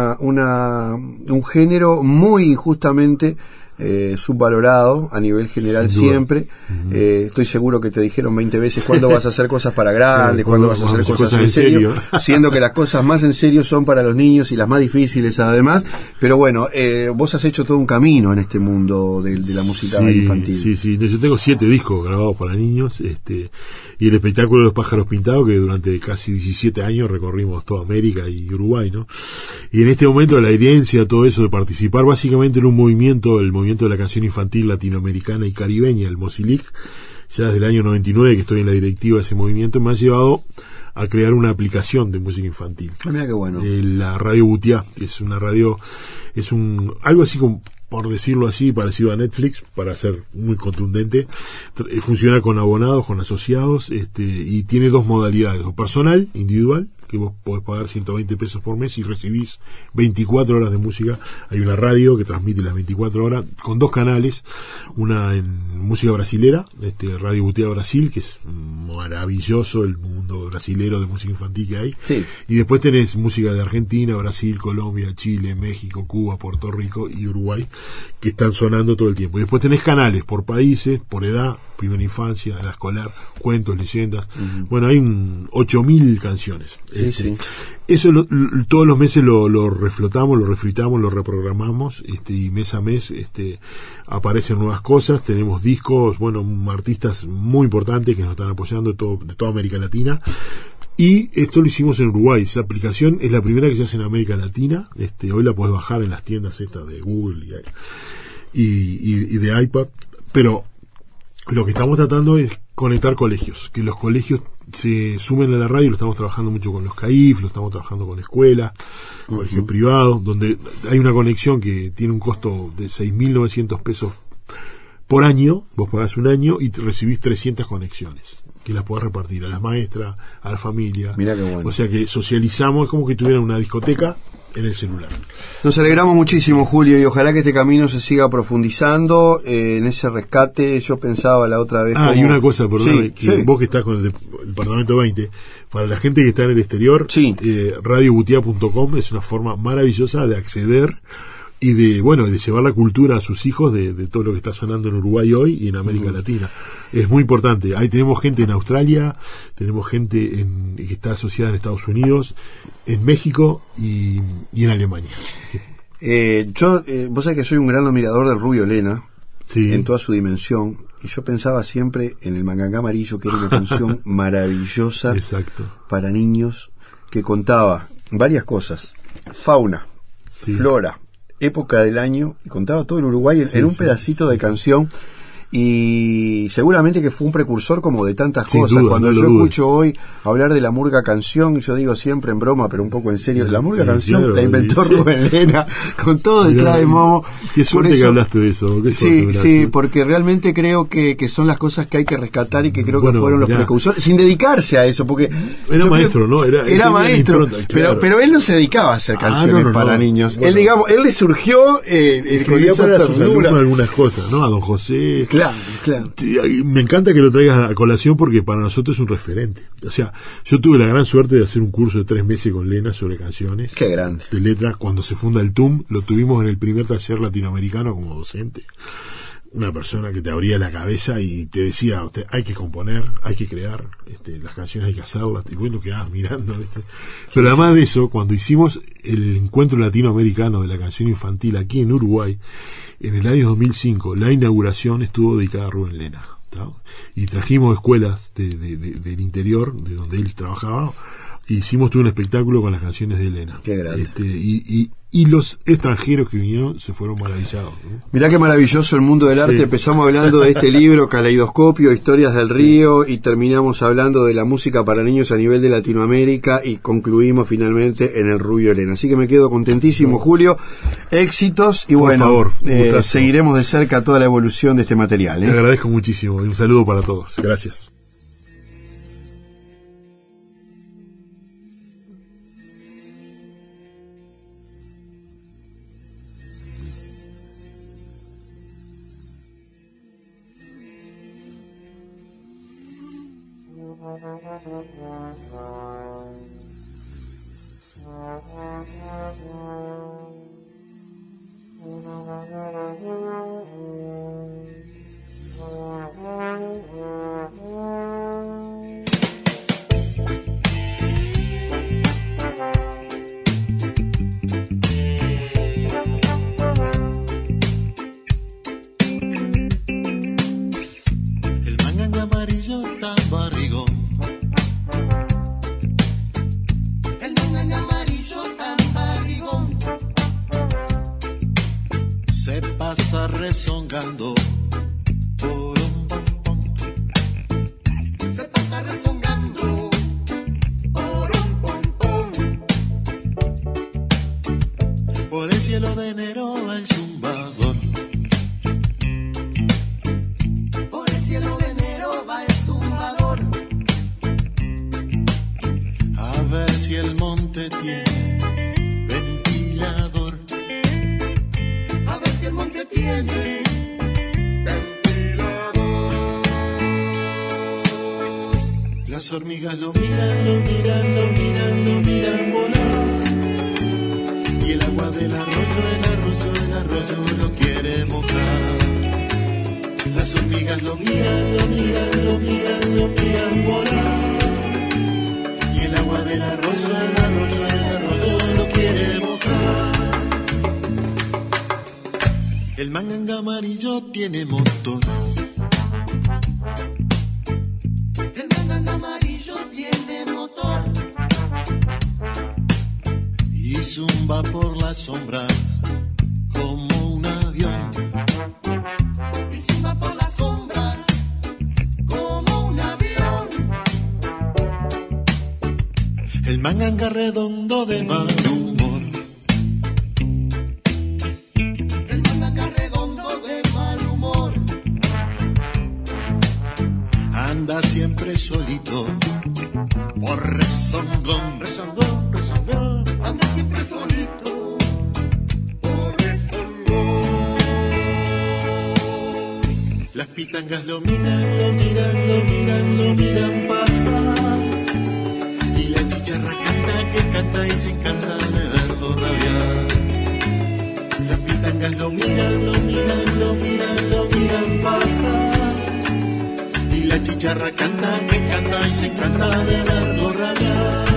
género muy injustamente subvalorado a nivel general siempre. Estoy seguro que te dijeron 20 veces cuándo vas a hacer cosas para grandes, cuándo vas a hacer cosas en serio, siendo que las cosas más en serio son para los niños y las más difíciles además. Pero bueno, vos has hecho todo un camino en este mundo de la música infantil. Sí, yo tengo 7 discos grabados para niños, y el espectáculo de los pájaros pintados, que durante casi 17 años recorrimos toda América y Uruguay, ¿no? Y en este momento la herencia, todo eso de participar básicamente en un movimiento, el movimiento de la canción infantil latinoamericana y caribeña, el Mosilic, ya desde el año 99 que estoy en la directiva de ese movimiento, me ha llevado a crear una aplicación de música infantil. Mira qué bueno. La Radio Butiá, que es una radio, algo así como, por decirlo así, parecido a Netflix, para ser muy contundente. Funciona con abonados, con asociados, y tiene 2 modalidades: o personal, individual, que vos podés pagar 120 pesos por mes y recibís 24 horas de música. Hay una radio que transmite las 24 horas con 2 canales, una en música brasilera, Radio Butiá Brasil, que es maravilloso el mundo brasilero de música infantil que hay, y después tenés música de Argentina, Brasil, Colombia, Chile, México, Cuba, Puerto Rico y Uruguay, que están sonando todo el tiempo. Y después tenés canales por países, por edad, primera infancia, la escolar, cuentos, leyendas. Bueno, hay 8.000 canciones. Eso todos los meses lo reflotamos, lo refritamos, lo reprogramamos, y mes a mes aparecen nuevas cosas. Tenemos discos, artistas muy importantes que nos están apoyando de toda América Latina. Y esto lo hicimos en Uruguay. Esa aplicación es la primera que se hace en América Latina. Hoy la podés bajar en las tiendas estas de Google y de iPad. Pero lo que estamos tratando es conectar colegios, que los colegios se sumen a la radio. Lo estamos trabajando mucho con los CAIF, lo estamos trabajando con escuelas, colegios privados, donde hay una conexión que tiene un costo de 6.900 pesos por año. Vos pagás un año y recibís 300 conexiones, que las podés repartir a las maestras, a la familia. Mirá qué bueno. O sea que socializamos, es como que tuvieran una discoteca en el celular. Nos alegramos muchísimo, Julio, y ojalá que este camino se siga profundizando en ese rescate. Yo pensaba la otra vez... y una cosa, perdón, vos que estás con el Departamento 20, para la gente que está en el exterior, radiobutia.com es una forma maravillosa de acceder y de llevar la cultura a sus hijos de todo lo que está sonando en Uruguay hoy y en América Latina. Es muy importante. Ahí tenemos gente en Australia, tenemos gente que está asociada en Estados Unidos, en México y en Alemania. Vos sabés que soy un gran admirador del Rubio Lena, en toda su dimensión, y yo pensaba siempre en el Mangangá Amarillo, que era una canción maravillosa para niños, que contaba varias cosas: fauna, flora, época del año, y contaba todo en Uruguay en un pedacito de canción. y seguramente que fue un precursor como de tantas Sin cosas. duda, Cuando no lo yo dudes. escucho hoy hablar de la murga canción, yo digo siempre en broma, pero un poco en serio, la murga canción claro, la inventó sí. Rubén Lena, con todo detrás de Momo. Qué Por suerte que eso- hablaste de eso. Qué Sí, suerte, sí, gracias. porque realmente creo que son las cosas que hay que rescatar y que creo que Bueno, fueron los mirá. precursores, sin dedicarse a eso, porque Era yo maestro, ¿no? Era tenía maestro, impronta, claro. pero él no se dedicaba a hacer canciones no, para no. niños. Bueno. Él le surgió con Escribía esa para sus ternura. alumnos algunas cosas, ¿no? A don José. Claro, claro. Me encanta que lo traigas a colación porque para nosotros es un referente. O sea, yo tuve la gran suerte de hacer un curso de 3 meses con Lena sobre canciones. Qué grande. De letras. Cuando se funda el TUM, lo tuvimos en el primer taller latinoamericano como docente. Una persona que te abría la cabeza y te decía, hay que componer, hay que crear, las canciones hay que hacerlas, y bueno, quedabas mirando, ¿viste? Pero además de eso, cuando hicimos el encuentro latinoamericano de la canción infantil aquí en Uruguay, en el año 2005, la inauguración estuvo dedicada a Rubén Lena, ¿tá? Y trajimos escuelas del interior, de donde él trabajaba, y hicimos todo un espectáculo con las canciones de Lena. Qué grande. Y los extranjeros que vinieron se fueron maravillados, ¿no? Mirá qué maravilloso el mundo del arte. Sí. Empezamos hablando de este libro, Caleidoscopio, Historias del Río, y terminamos hablando de la música para niños a nivel de Latinoamérica, y concluimos finalmente en el Rubio Lena. Así que me quedo contentísimo, Julio. Éxitos, y Por bueno, favor, un gustazo. seguiremos de cerca toda la evolución de este material. Te agradezco muchísimo y un saludo para todos. Gracias. El mangango amarillo tan barrigón. El mangango amarillo tan barrigón. Se pasa rezongando. Porom, pom, pom. Se pasa rezongando. Porom, pom, pom. Por el cielo de enero va el zumbador. Por el cielo de enero va el zumbador. A ver si el monte tiene ventilador. A ver si el monte tiene ventilador. Las hormigas lo miran, lo miran, lo miran, lo miran volar. Y el agua del arroyo, el arroyo lo quiere mojar. Las hormigas lo miran, lo miran, lo miran, lo miran volar. Y el agua del arroyo, el arroyo lo quiere mojar. El manganga amarillo tiene motor. El manganga amarillo tiene motor. Y zumba por las sombras como un avión. Y zumba por las sombras como un avión. El manganga redondo de mal humor. El manganga redondo de mal humor. Anda siempre solito por rezongón. Rezongón, rezongón. Anda siempre solito por rezongón. Las pitangas lo miran, lo miran, lo miran, lo miran pasar. Y la chicharra canta, que canta y se encanta de verlo rabiar. Las pitangas lo miran, lo miran, lo miran, lo miran pasar. Y la chicharra canta, que canta y se encanta de verlo rabiar.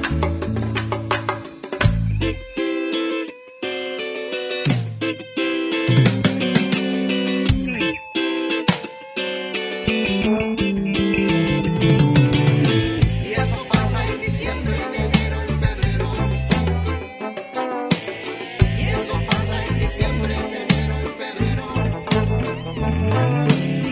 Y eso pasa en diciembre, en enero, en febrero. Y eso pasa en diciembre, en enero, en febrero.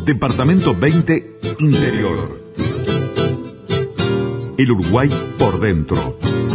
Departamento 20, Interior. El Uruguay por dentro.